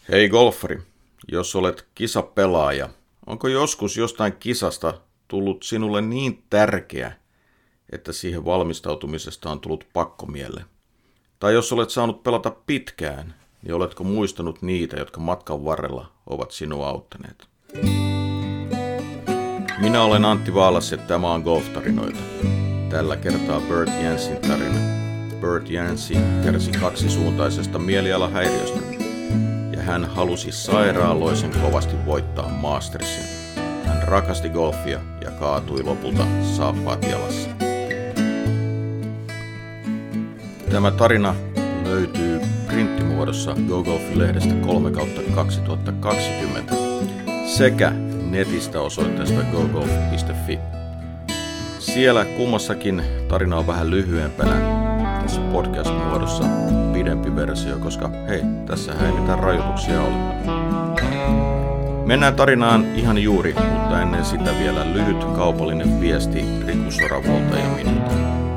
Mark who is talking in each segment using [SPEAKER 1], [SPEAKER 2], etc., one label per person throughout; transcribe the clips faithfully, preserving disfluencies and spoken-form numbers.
[SPEAKER 1] Hei golfari, jos olet kisapelaaja, onko joskus jostain kisasta tullut sinulle niin tärkeä, että siihen valmistautumisesta on tullut pakkomielle? Tai jos olet saanut pelata pitkään, niin oletko muistanut niitä, jotka matkan varrella ovat sinua auttaneet? Minä olen Antti Vaalas ja tämä on Golf-tarinoita. Tällä kertaa Bert Jansin tarina. Bert Jansi kärsi kaksisuuntaisesta mielialahäiriöstä ja hän halusi sairaaloisen kovasti voittaa Mastersin. Hän rakasti golfia ja kaatui lopulta saappaat jalassa. Tämä tarina löytyy printtimuodossa GoGolf-lehdestä kolme kautta kaksituhattakaksikymmentä sekä netistä osoitteesta gogolf piste fi. Siellä kummassakin tarina on vähän lyhyempänä, tässä podcast-muodossa pidempi versio, koska hei, tässähän ei mitään rajoituksia ole. Mennään tarinaan ihan juuri, mutta ennen sitä vielä lyhyt kaupallinen viesti Riku Soravolta ja minulta.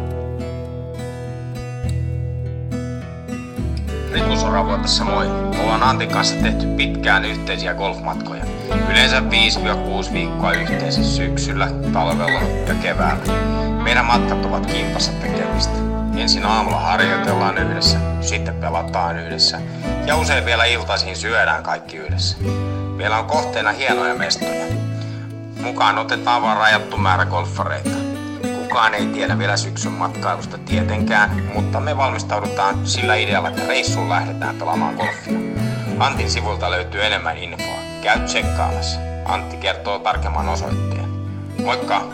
[SPEAKER 2] Riku Soravolta tässä moi. Ollaan Antin kanssa tehty pitkään yhteisiä golfmatkoja. Yleensä viisi kuusi viikkoa yhteensä syksyllä, talvella ja keväällä. Meidän matkat ovat kimpassa tekemistä. Ensin aamulla harjoitellaan yhdessä, sitten pelataan yhdessä ja usein vielä iltaisin syödään kaikki yhdessä. Meillä on kohteena hienoja mestoja. Mukaan otetaan vain rajattu määrä golfareita. Kukaan ei tiedä vielä syksyn matkailusta tietenkään, mutta me valmistaudutaan sillä idealla, että reissuun lähdetään pelaamaan golfia. Antin sivulta löytyy enemmän infoa. Käy tsekkaamassa. Antti kertoo tarkemman osoitteen. Moikka!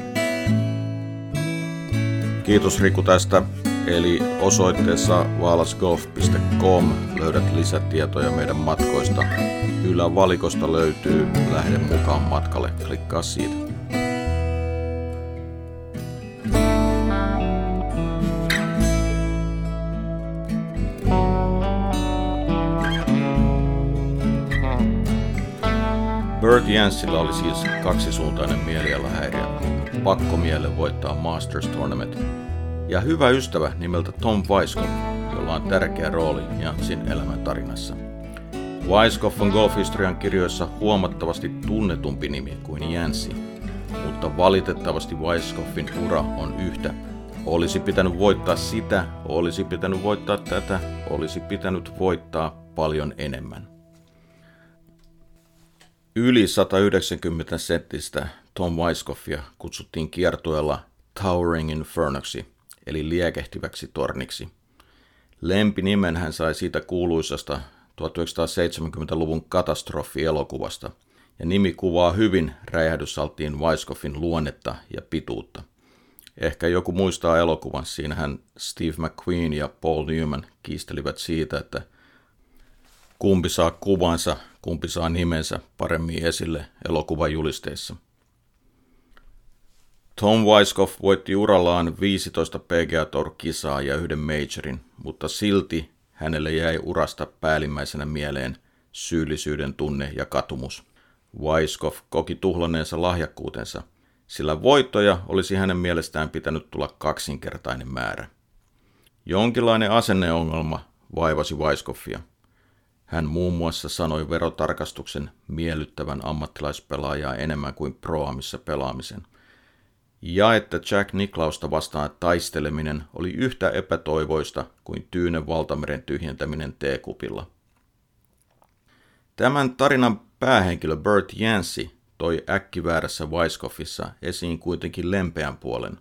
[SPEAKER 1] Kiitos Riku tästä. Eli osoitteessa vaalasgolf piste com löydät lisätietoja meidän matkoista. Ylävalikosta löytyy Lähde mukaan matkalle. Klikkaa siitä. Bert Jansilla oli siis kaksisuuntainen mielialahäiriö. Pakkomielle voittaa Masters Tournament. Ja hyvä ystävä nimeltä Tom Weiskopf, jolla on tärkeä rooli Jansin elämän tarinassa. Weiskopf on golfhistorian kirjoissa huomattavasti tunnetumpi nimi kuin Jansi, mutta valitettavasti Weiskopfin ura on yhtä. Olisi pitänyt voittaa sitä, olisi pitänyt voittaa tätä, olisi pitänyt voittaa paljon enemmän. Yli sata yhdeksänkymmentä senttistä Tom Weiskopfia kutsuttiin kiertueella Towering Infernoksi, eli liekehtiväksi torniksi. Lempinimen hän sai siitä kuuluisasta tuhatyhdeksänsataaseitsemänkymmentäluvun katastrofi-elokuvasta, ja nimi kuvaa hyvin räjähdysalttiin Weiskopfin luonnetta ja pituutta. Ehkä joku muistaa elokuvan, siinähän Steve McQueen ja Paul Newman kiistelivät siitä, että kumpi saa kuvansa, kumpi saa nimensä paremmin esille elokuvan julisteissa. Tom Weiskopf voitti urallaan viisitoista P G A Tour-kisaa ja yhden majorin, mutta silti hänelle jäi urasta päällimmäisenä mieleen syyllisyyden tunne ja katumus. Weiskopf koki tuhlanneensa lahjakkuutensa, sillä voittoja olisi hänen mielestään pitänyt tulla kaksinkertainen määrä. Jonkinlainen asenneongelma vaivasi Weiskopfia. Hän muun muassa sanoi verotarkastuksen miellyttävän ammattilaispelaajaa enemmän kuin proamissa pelaamisen. Ja että Jack Nicklausta vastaan taisteleminen oli yhtä epätoivoista kuin Tyynen valtameren tyhjentäminen teekupilla. Tämän tarinan päähenkilö Bert Jansi toi äkkiväärässä Weiskopfissa esiin kuitenkin lempeän puolen.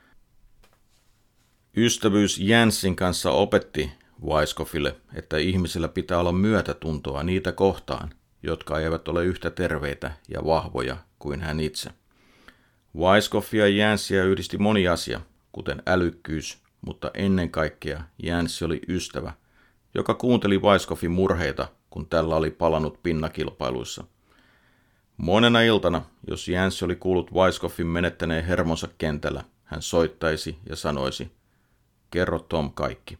[SPEAKER 1] Ystävyys Jansin kanssa opetti Weiskopfille, että ihmisillä pitää olla myötätuntoa niitä kohtaan, jotka eivät ole yhtä terveitä ja vahvoja kuin hän itse. Weiskopfia ja Jansia yhdisti moni asia, kuten älykkyys, mutta ennen kaikkea Jansi oli ystävä, joka kuunteli Weiskopfin murheita, kun tällä oli palannut pinnakilpailuissa. Monena iltana, jos Jansi oli kuullut Weiskopfin menettäneen hermonsa kentällä, hän soittaisi ja sanoisi, kerro Tom kaikki.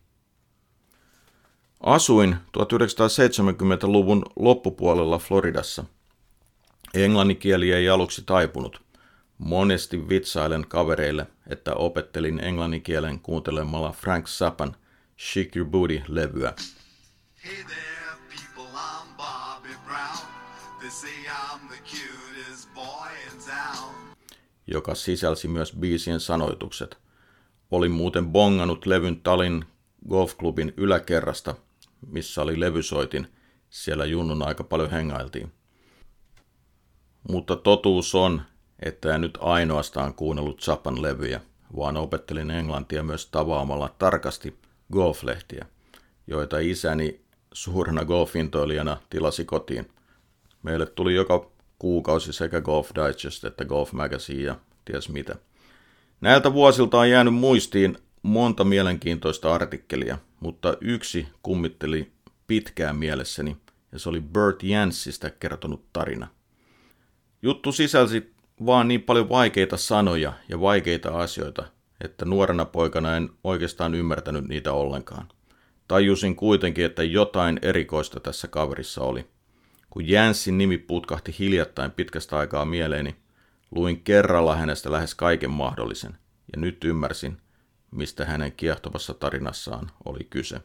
[SPEAKER 1] Asuin tuhatyhdeksänsataaseitsemänkymmentäluvun loppupuolella Floridassa. Englannin kieli ei aluksi taipunut. Monesti vitsailen kavereille, että opettelin englannin kielen kuuntelemalla Frank Zappan Shake Your Booty-levyä. Hey there, people, I'm Bob. joka sisälsi myös biisien sanoitukset. Olin muuten bongannut levyn Talin golfklubin yläkerrasta, missä oli levysoitin. Siellä junnuna aika paljon hengailtiin. Mutta totuus on, että en nyt ainoastaan kuunnellut Zappan levyjä, vaan opettelin englantia myös tavaamalla tarkasti golflehtiä, joita isäni suurena golfintoilijana tilasi kotiin. Meille tuli joka kuukausi sekä Golf Digest että Golf Magazine ja ties mitä. Näiltä vuosilta on jäänyt muistiin monta mielenkiintoista artikkelia, mutta yksi kummitteli pitkään mielessäni, ja se oli Bert Janssista kertonut tarina. Juttu sisälsi vaan niin paljon vaikeita sanoja ja vaikeita asioita, että nuorena poikana en oikeastaan ymmärtänyt niitä ollenkaan. Tajusin kuitenkin, että jotain erikoista tässä kaverissa oli. Kun Janssin nimi putkahti hiljattain pitkästä aikaa mieleeni, luin kerralla hänestä lähes kaiken mahdollisen, ja nyt ymmärsin, mistä hänen kiehtovassa tarinassaan oli kyse.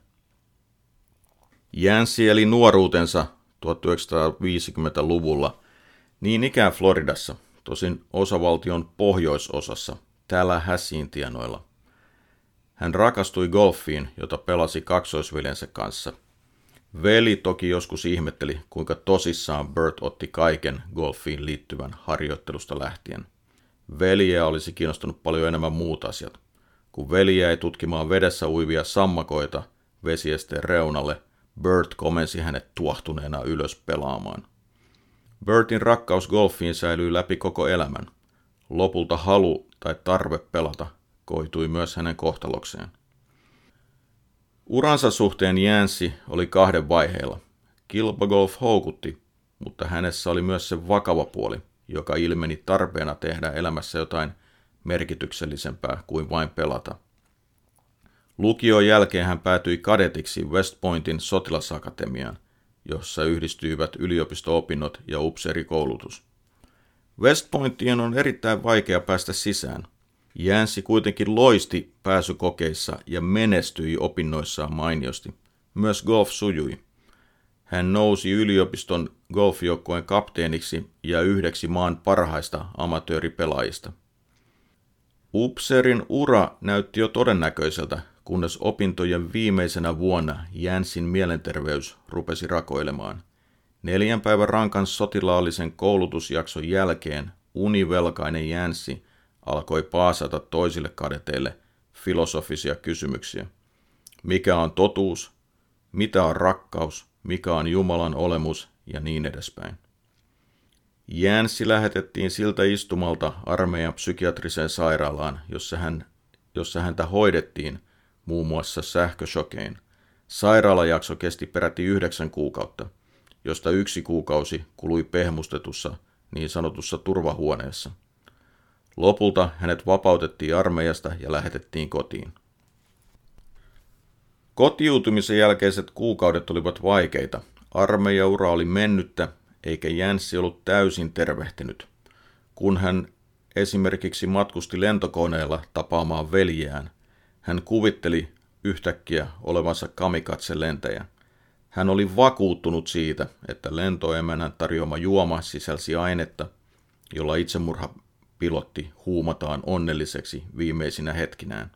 [SPEAKER 1] Janssi eli nuoruutensa tuhatyhdeksänsataaviisikymmentäluvulla niin ikään Floridassa, tosin osavaltion pohjoisosassa, täällä Hässiin tienoilla. Hän rakastui golfiin, jota pelasi kaksoisveljensä kanssa. Veli toki joskus ihmetteli, kuinka tosissaan Bert otti kaiken golfiin liittyvän harjoittelusta lähtien. Veljeä olisi kiinnostunut paljon enemmän muut asiat. Kun veli jäi tutkimaan vedessä uivia sammakoita vesiesteen reunalle, Bert komensi hänet tuahtuneena ylös pelaamaan. Bertin rakkaus golfiin säilyi läpi koko elämän. Lopulta halu tai tarve pelata koitui myös hänen kohtalokseen. Uransa suhteen Janssi oli kahden vaiheilla. Kilpagolf houkutti, mutta hänessä oli myös se vakava puoli, joka ilmeni tarpeena tehdä elämässä jotain merkityksellisempää kuin vain pelata. Lukion jälkeen hän päätyi kadetiksi West Pointin sotilasakatemiaan, jossa yhdistyivät yliopisto-opinnot ja upseerikoulutus. West Pointtiin on erittäin vaikea päästä sisään. Janssi kuitenkin loisti pääsykokeissa ja menestyi opinnoissaan mainiosti. Myös golf sujui. Hän nousi yliopiston golfjoukkueen kapteeniksi ja yhdeksi maan parhaista amatööripelaajista. Upseerin ura näytti jo todennäköiseltä, kunnes opintojen viimeisenä vuonna Janssin mielenterveys rupesi rakoilemaan. Neljän päivän rankan sotilaallisen koulutusjakson jälkeen univelkainen Janssi alkoi paasata toisille kadeteille filosofisia kysymyksiä. Mikä on totuus? Mitä on rakkaus? Mikä on Jumalan olemus? Ja niin edespäin. Janssi lähetettiin siltä istumalta armeijan psykiatriseen sairaalaan, jossa, hän, jossa häntä hoidettiin muun muassa sähköshokein. Sairaalajakso kesti peräti yhdeksän kuukautta, josta yksi kuukausi kului pehmustetussa niin sanotussa turvahuoneessa. Lopulta hänet vapautettiin armeijasta ja lähetettiin kotiin. Kotiutumisen jälkeiset kuukaudet olivat vaikeita. Armeijaura oli mennyttä, eikä Janssi ollut täysin tervehtynyt. Kun hän esimerkiksi matkusti lentokoneella tapaamaan veljeään, hän kuvitteli yhtäkkiä olevansa kamikatse-lentäjä. Hän oli vakuuttunut siitä, että lentoemännän tarjoama juoma sisälsi ainetta, jolla itsemurhapilotti huumataan onnelliseksi viimeisinä hetkinään.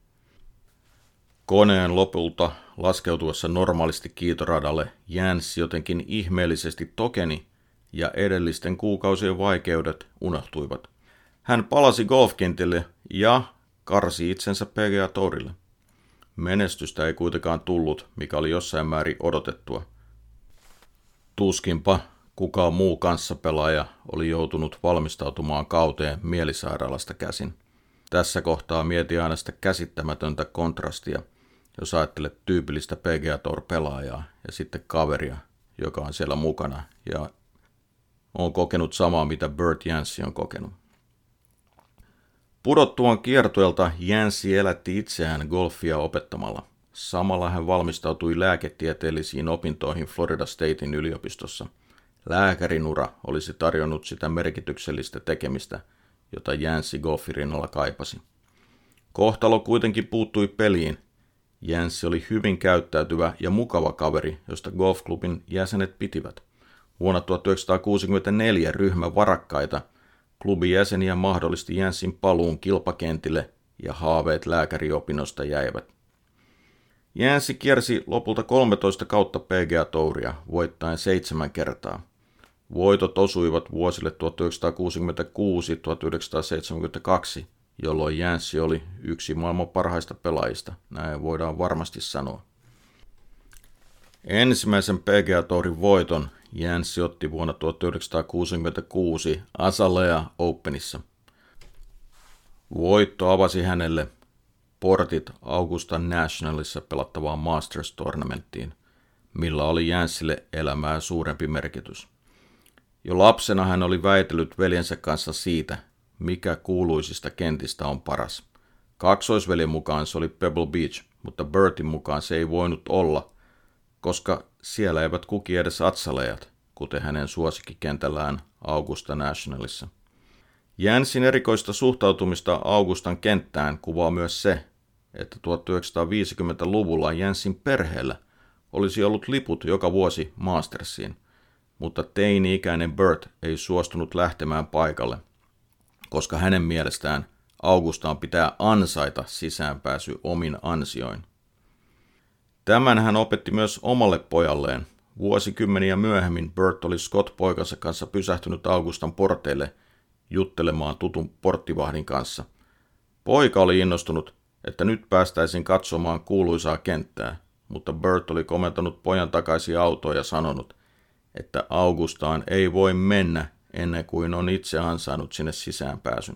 [SPEAKER 1] Koneen lopulta laskeutuessa normaalisti kiitoradalle Janssi jotenkin ihmeellisesti tokeni ja edellisten kuukausien vaikeudet unohtuivat. Hän palasi golfkentille ja karsi itsensä P G A-tourille. Menestystä ei kuitenkaan tullut, mikä oli jossain määrin odotettua. Tuskinpa kukaan muu kanssapelaaja oli joutunut valmistautumaan kauteen mielisairaalasta käsin. Tässä kohtaa mietin aina sitä käsittämätöntä kontrastia, jos ajattelet tyypillistä P G A-tour-pelaajaa ja sitten kaveria, joka on siellä mukana ja on kokenut samaa, mitä Bert Janssi on kokenut. Pudottuaan kiertueelta Janssi elätti itseään golfia opettamalla. Samalla hän valmistautui lääketieteellisiin opintoihin Florida Statein yliopistossa. Lääkärinura olisi tarjonnut sitä merkityksellistä tekemistä, jota Janssi golfin rinnalla kaipasi. Kohtalo kuitenkin puuttui peliin. Janssi oli hyvin käyttäytyvä ja mukava kaveri, josta golfklubin jäsenet pitivät. Vuonna tuhatyhdeksänsataakuusikymmentäneljä ryhmä varakkaita klubin jäseniä mahdollisti Janssin paluun kilpakentille ja haaveet lääkäriopinnosta jäivät. Janssi kiersi lopulta kolmetoista kautta P G A-touria voittaen seitsemän kertaa. Voitot osuivat vuosille tuhatyhdeksänsataakuusikymmentäkuusi tuhatyhdeksänsataaseitsemänkymmentäkaksi, jolloin Janssi oli yksi maailman parhaista pelaajista, näin voidaan varmasti sanoa. Ensimmäisen P G A-tourin voiton Janssi otti vuonna tuhatyhdeksänsataakuusikymmentäkuusi Azalea Openissa. Voitto avasi hänelle portit Augusta Nationalissa pelattavaan Masters-tournamenttiin, millä oli Janssille elämää suurempi merkitys. Jo lapsena hän oli väitellyt veljensä kanssa siitä, mikä kuuluisista kentistä on paras. Kaksoisveljen mukaan se oli Pebble Beach, mutta Bertin mukaan se ei voinut olla, koska siellä eivät kuki edes Azaleat, kuten hänen suosikkikentällään Augusta Nationalissa. Janssin erikoista suhtautumista Augustan kenttään kuvaa myös se, että tuhatyhdeksänsataaviisikymmentäluvulla Janssin perheellä olisi ollut liput joka vuosi Mastersiin, mutta teini-ikäinen Bert ei suostunut lähtemään paikalle, koska hänen mielestään Augustaan pitää ansaita sisäänpääsy omin ansioin. Tämän hän opetti myös omalle pojalleen. Vuosikymmeniä myöhemmin Bert oli Scott-poikansa kanssa pysähtynyt Augustan porteille juttelemaan tutun porttivahdin kanssa. Poika oli innostunut, että nyt päästäisiin katsomaan kuuluisaa kenttää, mutta Bert oli komentanut pojan takaisin autoon ja sanonut, että Augustaan ei voi mennä ennen kuin on itse ansainnut sinne sisäänpääsyn.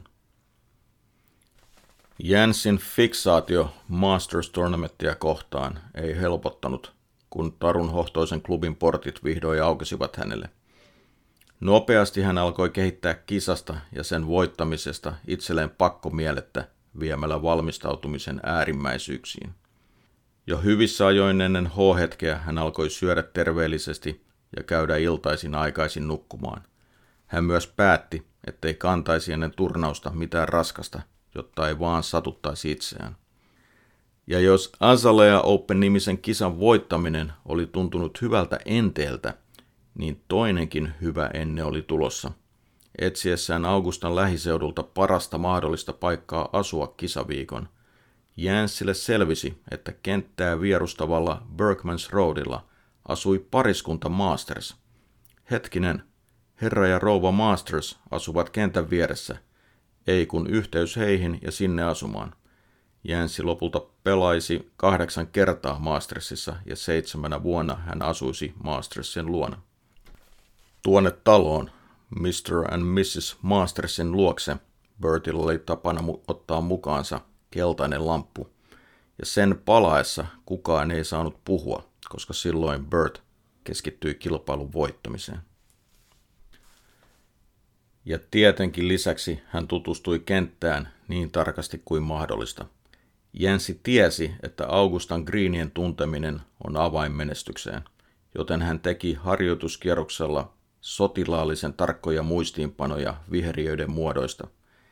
[SPEAKER 1] Janssin fiksaatio Masters-tournamenttia kohtaan ei helpottanut, kun tarunhohtoisen klubin portit vihdoin aukesivat hänelle. Nopeasti hän alkoi kehittää kisasta ja sen voittamisesta itselleen pakkomielettä viemällä valmistautumisen äärimmäisyyksiin. Jo hyvissä ajoin ennen H-hetkeä hän alkoi syödä terveellisesti ja käydä iltaisin aikaisin nukkumaan. Hän myös päätti, ettei kantaisi ennen turnausta mitään raskasta, jotta ei vaan satuttaisi itseään. Ja jos Azalea Open-nimisen kisan voittaminen oli tuntunut hyvältä enteeltä, niin toinenkin hyvä enne oli tulossa. Etsiessään Augustan lähiseudulta parasta mahdollista paikkaa asua kisaviikon, Janssille selvisi, että kenttää vierustavalla Berkmans Roadilla asui pariskunta Masters. Hetkinen, herra ja rouva Masters asuvat kentän vieressä, ei kun yhteys heihin ja sinne asumaan. Janssi lopulta pelaisi kahdeksan kertaa Mastersissa ja seitsemänä vuonna hän asuisi Mastersin luona. Tuonne taloon, mister and missus Mastersin luokse, Bertillä oli tapana mu- ottaa mukaansa keltainen lamppu, ja sen palaessa kukaan ei saanut puhua, koska silloin Bert keskittyi kilpailun voittamiseen. Ja tietenkin lisäksi hän tutustui kenttään niin tarkasti kuin mahdollista. Janssi tiesi, että Augustan greenien tunteminen on avain menestykseen, joten hän teki harjoituskierroksella sotilaallisen tarkkoja muistiinpanoja viheriöiden muodoista.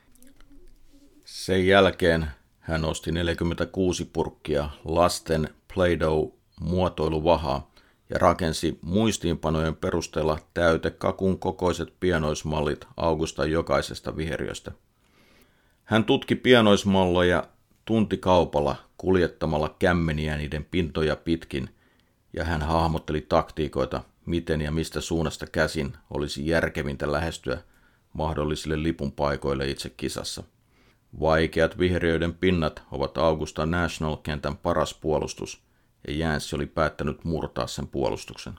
[SPEAKER 1] Sen jälkeen hän osti neljäkymmentäkuusi purkkia lasten Play-Doh-muotoiluvahaa ja rakensi muistiinpanojen perusteella täytekakun kokoiset pienoismallit Augustan jokaisesta viheriöstä. Hän tutki pienoismalloja tuntikaupalla kuljettamalla kämmeniä niiden pintoja pitkin, ja hän hahmotteli taktiikoita, miten ja mistä suunnasta käsin olisi järkevintä lähestyä mahdollisille lipunpaikoille itse kisassa. Vaikeat viheriöiden pinnat ovat Augusta National-kentän paras puolustus, ja Janssi oli päättänyt murtaa sen puolustuksen.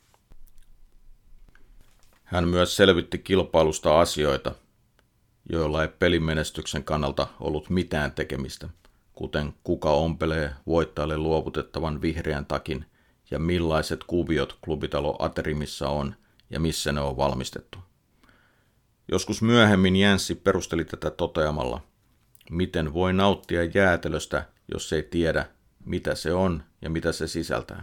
[SPEAKER 1] Hän myös selvitti kilpailusta asioita, joilla ei pelimenestyksen kannalta ollut mitään tekemistä, kuten kuka ompelee voittajalle luovutettavan vihreän takin ja millaiset kuviot klubitalo Aterimissa on ja missä ne on valmistettu. Joskus myöhemmin Janssi perusteli tätä toteamalla, miten voi nauttia jäätelöstä, jos ei tiedä, mitä se on ja mitä se sisältää.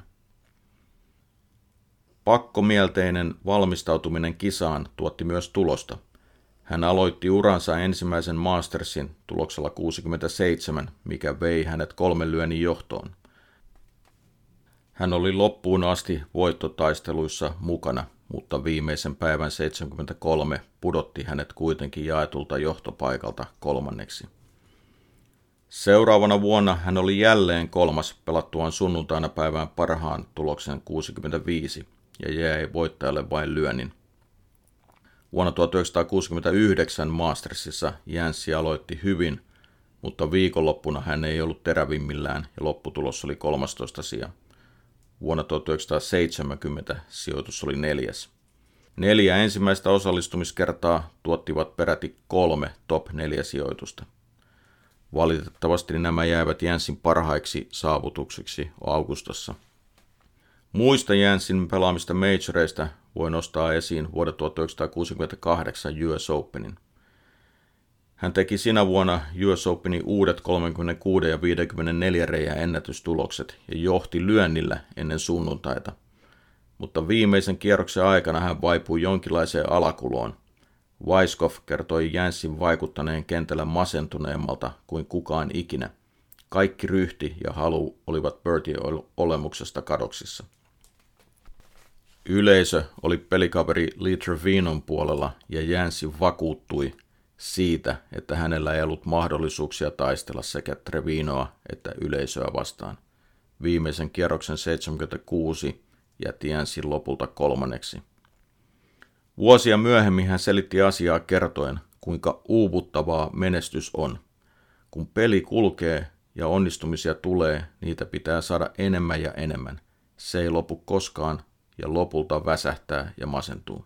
[SPEAKER 1] Pakkomielteinen valmistautuminen kisaan tuotti myös tulosta. Hän aloitti uransa ensimmäisen Mastersin tuloksella kuusikymmentäseitsemän, mikä vei hänet kolmen lyönnin johtoon. Hän oli loppuun asti voittotaisteluissa mukana mutta viimeisen päivän seitsemänkymmentäkolme pudotti hänet kuitenkin jaetulta johtopaikalta kolmanneksi. Seuraavana vuonna hän oli jälleen kolmas pelattuaan sunnuntaina päivään parhaan tuloksen kuusikymmentäviisi ja jäi voittajalle vain lyönnin. Vuonna tuhatyhdeksänsataakuusikymmentäyhdeksän Mastersissa Jänssi aloitti hyvin, mutta viikonloppuna hän ei ollut terävimmillään ja lopputulos oli kolmastoista sija. Vuonna tuhatyhdeksänsataaseitsemänkymmentä sijoitus oli neljäs. Neljä ensimmäistä osallistumiskertaa tuottivat peräti kolme top neljä sijoitusta. Valitettavasti nämä jäivät Jänssin parhaiksi saavutuksiksi Augustossa. Muista Jänssin pelaamista majoreista voi nostaa esiin vuoden tuhatyhdeksänsataakuusikymmentäkahdeksan U S Openin. Hän teki sinä vuonna U S Openin uudet kolmekymmentäkuusi ja viisikymmentäneljä reiän ennätystulokset ja johti lyönnillä ennen sunnuntaita, mutta viimeisen kierroksen aikana hän vaipui jonkinlaiseen alakuloon. Weiskopf kertoi Jänssin vaikuttaneen kentällä masentuneemmalta kuin kukaan ikinä. Kaikki ryhti ja halu olivat birdien olemuksesta kadoksissa. Yleisö oli pelikaveri Lee Trevinon puolella ja Jänssi vakuuttui siitä, että hänellä ei ollut mahdollisuuksia taistella sekä Trevinoa että yleisöä vastaan. Viimeisen kierroksen seitsemänkymmentäkuusi jätti Jänssin lopulta kolmanneksi. Vuosia myöhemmin hän selitti asiaa kertoen, kuinka uuvuttavaa menestys on. Kun peli kulkee ja onnistumisia tulee, niitä pitää saada enemmän ja enemmän. Se ei lopu koskaan ja lopulta väsähtää ja masentuu.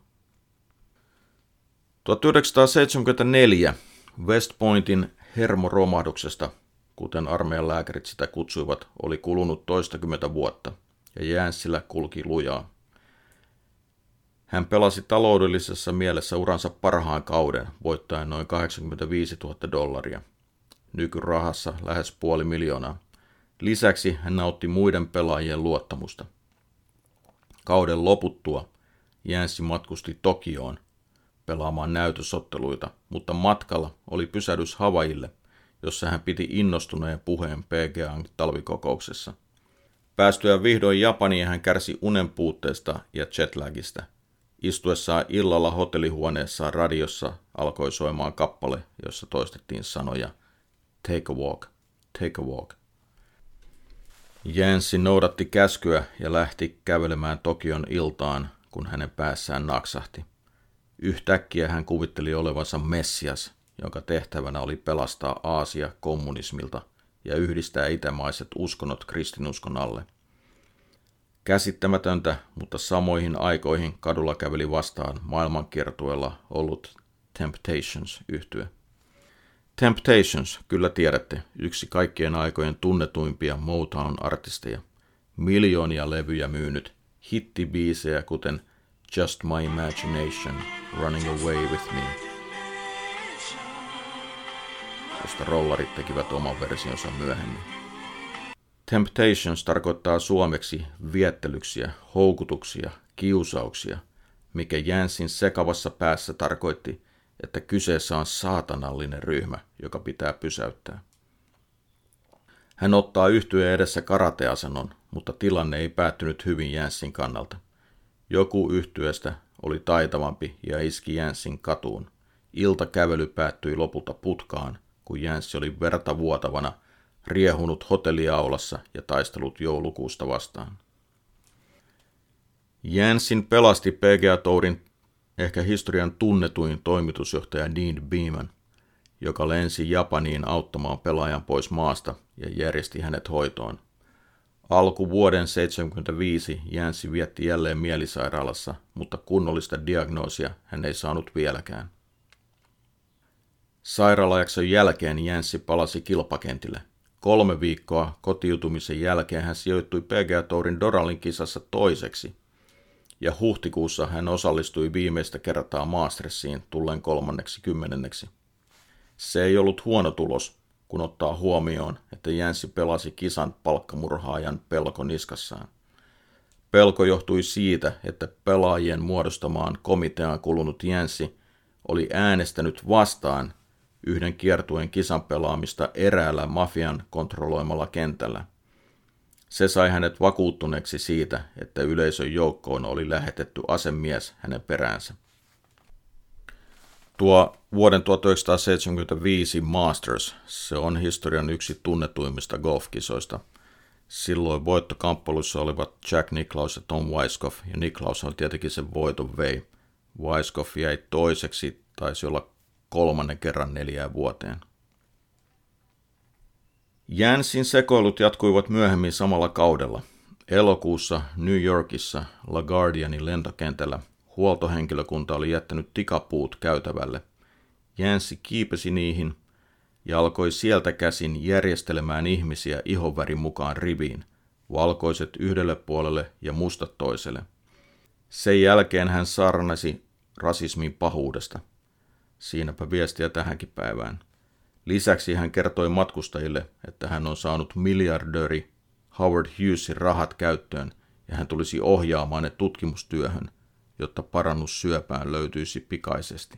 [SPEAKER 1] tuhatyhdeksänsataaseitsemänkymmentäneljä West Pointin hermoromahduksesta, kuten armeijan lääkärit sitä kutsuivat, oli kulunut toistakymmentä vuotta ja Jänssillä kulki lujaa. Hän pelasi taloudellisessa mielessä uransa parhaan kauden, voittaen noin kahdeksankymmentäviisituhatta dollaria. Nykyrahassa lähes puoli miljoonaa. Lisäksi hän nautti muiden pelaajien luottamusta. Kauden loputtua Jänssi matkusti Tokioon pelaamaan näytösotteluita, mutta matkalla oli pysähdys Havaijille, jossa hän piti innostuneen puheen P G A:n talvikokouksessa. Päästyään vihdoin Japaniin hän kärsi unen puutteesta ja jetlagista. Istuessaan illalla hotellihuoneessaan radiossa alkoi soimaan kappale, jossa toistettiin sanoja Take a walk, take a walk. Jänssi noudatti käskyä ja lähti kävelemään Tokion iltaan, kun hänen päässään naksahti. Yhtäkkiä hän kuvitteli olevansa Messias, jonka tehtävänä oli pelastaa Aasia kommunismilta ja yhdistää itämaiset uskonnot kristinuskon alle. Käsittämätöntä, mutta samoihin aikoihin kadulla käveli vastaan maailmankiertueella ollut Temptations-yhtye. Temptations, kyllä tiedätte, yksi kaikkien aikojen tunnetuimpia Motown-artisteja. Miljoonia levyjä myynyt, hittibiisejä kuten Just My Imagination, Running Away With Me, josta rollarit tekivät oman versionsa myöhemmin. Temptations tarkoittaa suomeksi viettelyksiä, houkutuksia, kiusauksia, mikä Jänssin sekavassa päässä tarkoitti, että kyseessä on saatanallinen ryhmä, joka pitää pysäyttää. Hän ottaa yhtyeen edessä karateasennon, mutta tilanne ei päättynyt hyvin Jänssin kannalta. Joku yhtyeestä oli taitavampi ja iski Jänssin katuun. Iltakävely päättyi lopulta putkaan, kun Jänssi oli verta vuotavana riehunut hotelliaulassa ja taistelut joulukuusta vastaan. Jänssin pelasti P G A-tourin ehkä historian tunnetuin toimitusjohtaja Dean Beman, joka lensi Japaniin auttamaan pelaajan pois maasta ja järjesti hänet hoitoon. Alkuvuoden seitsemänkymmentäviisi Jänssi vietti jälleen mielisairaalassa, mutta kunnollista diagnoosia hän ei saanut vieläkään. Sairaalajakson jälkeen Jänssi palasi kilpakentille. Kolme viikkoa kotiutumisen jälkeen hän sijoittui P G A-tourin Doralin kisassa toiseksi, ja huhtikuussa hän osallistui viimeistä kertaa Mastersiin tullen kolmanneksi kymmenenneksi. Se ei ollut huono tulos, kun ottaa huomioon, että Jänssi pelasi kisan palkkamurhaajan pelko niskassaan. Pelko johtui siitä, että pelaajien muodostamaan komiteaan kulunut Jänssi oli äänestänyt vastaan yhden kiertueen kisan pelaamista eräällä mafian kontrolloimalla kentällä. Se sai hänet vakuuttuneeksi siitä, että yleisön joukkoon oli lähetetty asemies hänen peräänsä. Tuo vuoden tuhatyhdeksänsataaseitsemänkymmentäviisi Masters, se on historian yksi tunnetuimmista golfkisoista. Silloin voittokamppailussa olivat Jack Nicklaus ja Tom Weiskopf, ja Nicklaus oli tietenkin sen voiton vei. Weiskopf jäi toiseksi, taisi olla kolmannen kerran neljään vuoteen. Jansin sekoilut jatkuivat myöhemmin samalla kaudella. Elokuussa New Yorkissa LaGuardianin lentokentällä huoltohenkilökunta oli jättänyt tikapuut käytävälle. Jansi kiipesi niihin ja alkoi sieltä käsin järjestelemään ihmisiä ihonvärin mukaan riviin, valkoiset yhdelle puolelle ja mustat toiselle. Sen jälkeen hän saarnasi rasismin pahuudesta. Siinäpä viestiä tähänkin päivään. Lisäksi hän kertoi matkustajille, että hän on saanut miljardööri Howard Hughesin rahat käyttöön ja hän tulisi ohjaamaan ne tutkimustyöhön, jotta parannus syöpään löytyisi pikaisesti.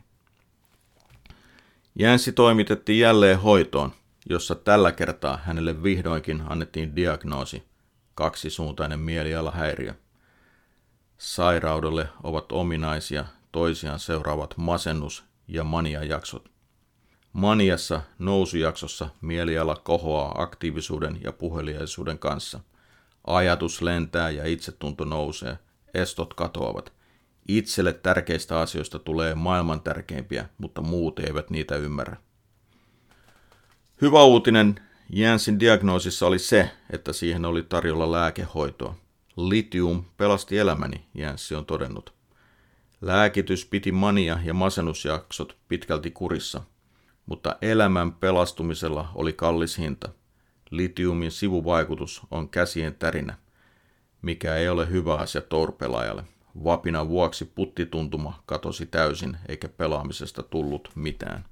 [SPEAKER 1] Jansi toimitettiin jälleen hoitoon, jossa tällä kertaa hänelle vihdoinkin annettiin diagnoosi, kaksisuuntainen mielialahäiriö. Sairaudelle ovat ominaisia toisiaan seuraavat masennus- ja maniajaksot. Maniassa nousujaksossa mieliala kohoaa aktiivisuuden ja puheliaisuuden kanssa. Ajatus lentää ja itsetunto nousee, estot katoavat. Itselle tärkeistä asioista tulee maailman tärkeimpiä, mutta muut eivät niitä ymmärrä. Hyvä uutinen Jansin diagnoosissa oli se, että siihen oli tarjolla lääkehoitoa. Litium pelasti elämäni, Jansi on todennut. Lääkitys piti mania- ja masennusjaksot pitkälti kurissa, mutta elämän pelastumisella oli kallis hinta. Litiumin sivuvaikutus on käsien tärinä, mikä ei ole hyvä asia tourpelaajalle. Vapinan vuoksi puttituntuma katosi täysin eikä pelaamisesta tullut mitään.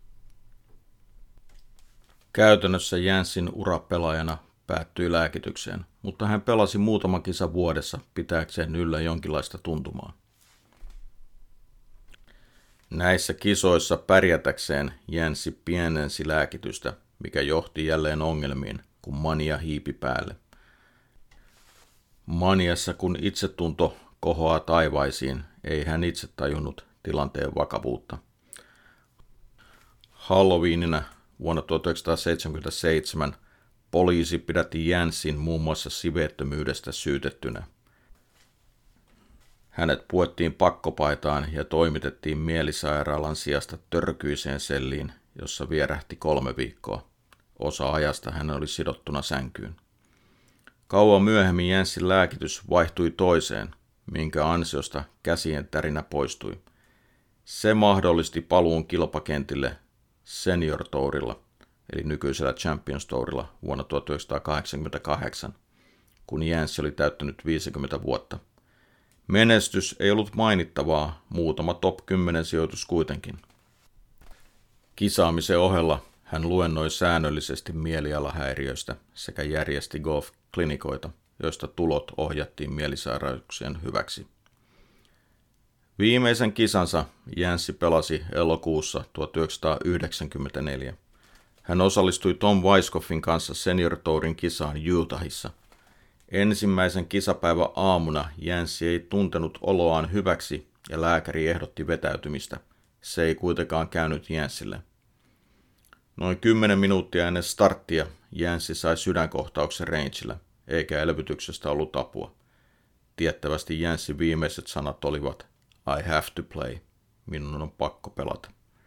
[SPEAKER 1] Käytännössä Jansin ura pelaajana päättyi lääkitykseen, mutta hän pelasi muutaman kisan vuodessa pitääkseen yllä jonkinlaista tuntumaa. Näissä kisoissa pärjätäkseen Jansi pienensi lääkitystä, mikä johti jälleen ongelmiin, kun mania hiipi päälle. Maniassa kun itsetunto kohoaa taivaisiin, ei hän itse tajunnut tilanteen vakavuutta. Halloweenina vuonna tuhatyhdeksänsataaseitsemänkymmentäseitsemän poliisi pidätti Jansin muun muassa siveettömyydestä syytettynä. Hänet puettiin pakkopaitaan ja toimitettiin mielisairaalan sijasta törkyiseen selliin, jossa vierähti kolme viikkoa. Osa ajasta hän oli sidottuna sänkyyn. Kauan myöhemmin Jansin lääkitys vaihtui toiseen, minkä ansiosta käsien tärinä poistui. Se mahdollisti paluun kilpakentille Senior Tourilla, eli nykyisellä Champions Tourilla vuonna tuhatyhdeksänsataakahdeksankymmentäkahdeksan, kun Jansi oli täyttänyt viisikymmentä vuotta. Menestys ei ollut mainittavaa, muutama top kymmenen sijoitus kuitenkin. Kisaamisen ohella hän luennoi säännöllisesti mielialahäiriöistä sekä järjesti golf-klinikoita, joista tulot ohjattiin mielisairauksien hyväksi. Viimeisen kisansa Jansi pelasi elokuussa tuhatyhdeksänsataayhdeksänkymmentäneljä. Hän osallistui Tom Weiskopfin kanssa Senior Tourin kisaan Utahissa. Ensimmäisen kisapäivän aamuna Jansi ei tuntenut oloaan hyväksi ja lääkäri ehdotti vetäytymistä. Se ei kuitenkaan käynyt Jansille. Noin kymmenen minuuttia ennen starttia Jansi sai sydänkohtauksen rangella, eikä elvytyksestä ollut apua. Tiettävästi Jansin viimeiset sanat olivat I have to play. Minun on pakko pelata.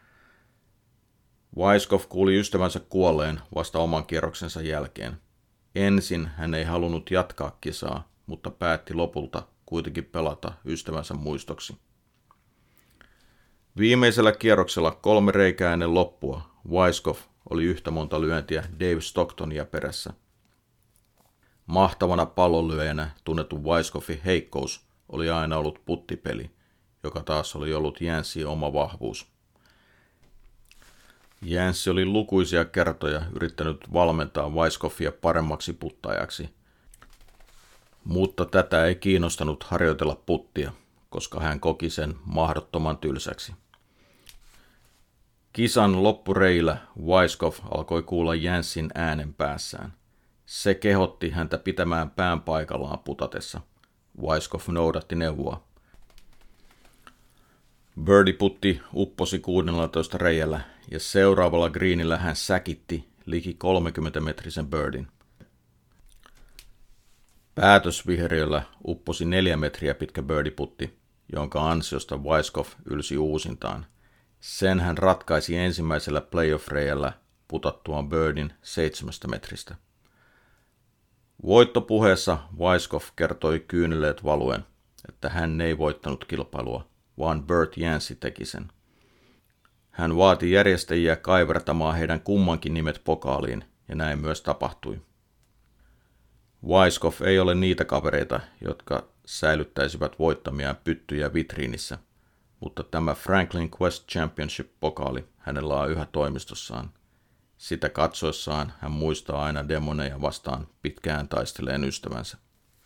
[SPEAKER 1] Weiskopf kuuli ystävänsä kuolleen vasta oman kierroksensa jälkeen. Ensin hän ei halunnut jatkaa kisaa, mutta päätti lopulta kuitenkin pelata ystävänsä muistoksi. Viimeisellä kierroksella kolme reikää ennen loppua Weiskopf oli yhtä monta lyöntiä Dave Stocktonia perässä. Mahtavana pallonlyöjänä tunnettu Weiskopfin heikkous oli aina ollut puttipeli, joka taas oli ollut Jansin oma vahvuus. Jansi oli lukuisia kertoja yrittänyt valmentaa Weiskopfia paremmaksi puttaajaksi, mutta tätä ei kiinnostanut harjoitella puttia, koska hän koki sen mahdottoman tylsäksi. Kisan loppureillä Weiskopf alkoi kuulla Jansin äänen päässään. Se kehotti häntä pitämään pään paikallaan putatessa. Weiskopf noudatti neuvoa. Birdie-putti upposi kuusitoista reijällä ja seuraavalla greenillä hän säkitti liki kolmekymmentämetrisen birdin. Päätösviheriöllä upposi neljä metriä pitkä birdie-putti, jonka ansiosta Weiskopf ylsi uusintaan. Sen hän ratkaisi ensimmäisellä playoff-reijällä putattuaan birdin seitsemästä metristä. Voittopuheessa Weiskopf kertoi kyyneleet valuen, että hän ei voittanut kilpailua, vaan Bert Jansi teki sen. Hän vaati järjestäjiä kaivertamaan heidän kummankin nimet pokaaliin, ja näin myös tapahtui. Weiskopf ei ole niitä kavereita, jotka säilyttäisivät voittamiaan pyttyjä vitriinissä, mutta tämä Franklin Quest Championship-pokaali hänellä on yhä toimistossaan. Sitä katsoessaan hän muistaa aina demoneja vastaan pitkään taisteleen ystävänsä.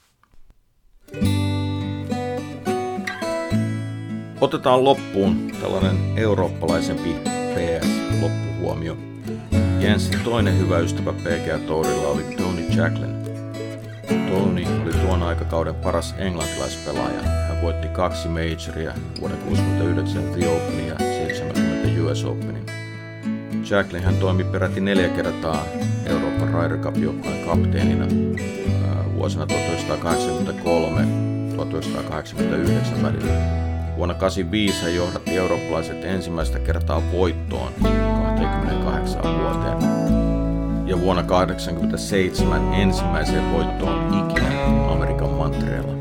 [SPEAKER 1] Otetaan loppuun tällainen eurooppalaisempi P S-loppuhuomio. Jensin toinen hyvä ystävä P G A-tourilla oli Tony Jacklin. Tony oli tuon aikakauden paras englantilaispelaaja. Hän voitti kaksi majoria, vuoden kuusikymmentäyhdeksän The Openin ja seitsemänkymmentä U S Openin. Jacklin hän toimi peräti neljä kertaa Euroopan Ryder Cup-joukkueen kapteenina vuosina tuhatyhdeksänsataakahdeksankymmentäkolme tuhatyhdeksänsataakahdeksankymmentäyhdeksän välillä. Vuonna kahdeksankymmentäviisi hän johdatti eurooppalaiset ensimmäistä kertaa voittoon kaksikymmentäkahdeksan vuoteen. Ja vuonna kahdeksankymmentäseitsemän ensimmäiseen voittoon ikinä Amerikan mantereella.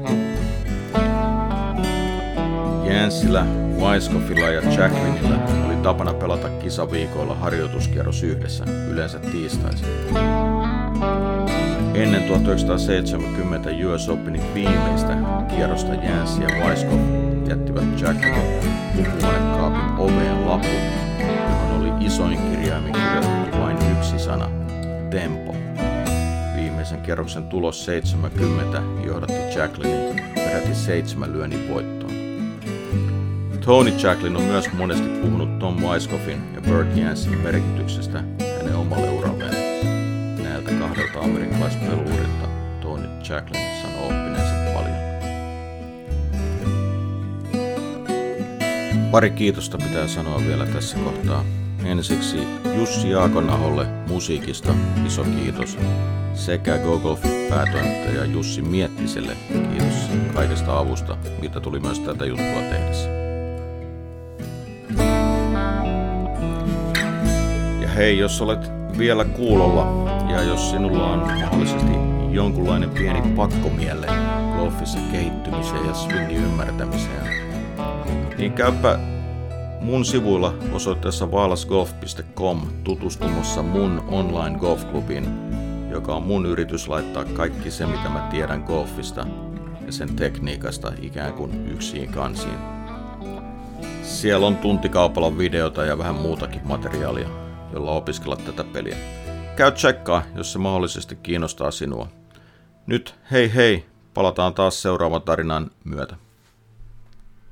[SPEAKER 1] Jansilla, Weiskopfilla ja Jacklinilla oli tapana pelata kisaviikoilla harjoituskierros yhdessä, yleensä tiistaisin. Ennen tuhatyhdeksänsataaseitsemänkymmentä U S Openin viimeistä kierrosta Jans ja Weiskopf jättivät Jacklinin pukuhuonekaapin oveen lapun, johon oli isoin kirjaimin kirjoitettu vain yksi sana, tempo. Viimeisen kierroksen tulos seitsemänkymmentä johdatti Jacklinin peräti seitsemän lyönnin voittoon. Tony Jacklin on myös monesti puhunut Tom Weiskopfin ja Bert Jansin merkityksestä hänen omalle uralleen. Näiltä kahdelta amerikkalaispeluurilta Tony Jacklin sanoo oppineensa paljon. Pari kiitosta pitää sanoa vielä tässä kohtaa. Ensiksi Jussi Jaakonaholle musiikista iso kiitos sekä GoGolfin päätoimittaja Jussi Miettiselle kiitos kaikesta avusta, mitä tuli myös tätä juttua tehdessä. Ja hei, jos olet vielä kuulolla ja jos sinulla on mahdollisesti jonkunlainen pieni pakkomielle golfissa kehittymiseen ja swingin ymmärtämiseen, niin käypä mun sivuilla osoitteessa vaalasgolf piste com tutustumassa mun online golfklubiin, joka on mun yritys laittaa kaikki se, mitä mä tiedän golfista ja sen tekniikasta ikään kuin yksiin kansiin. Siellä on tuntikaupalla videota ja vähän muutakin materiaalia, jolla opiskella tätä peliä. Käy tsekkaa, jos se mahdollisesti kiinnostaa sinua. Nyt hei hei, palataan taas seuraavan tarinan myötä.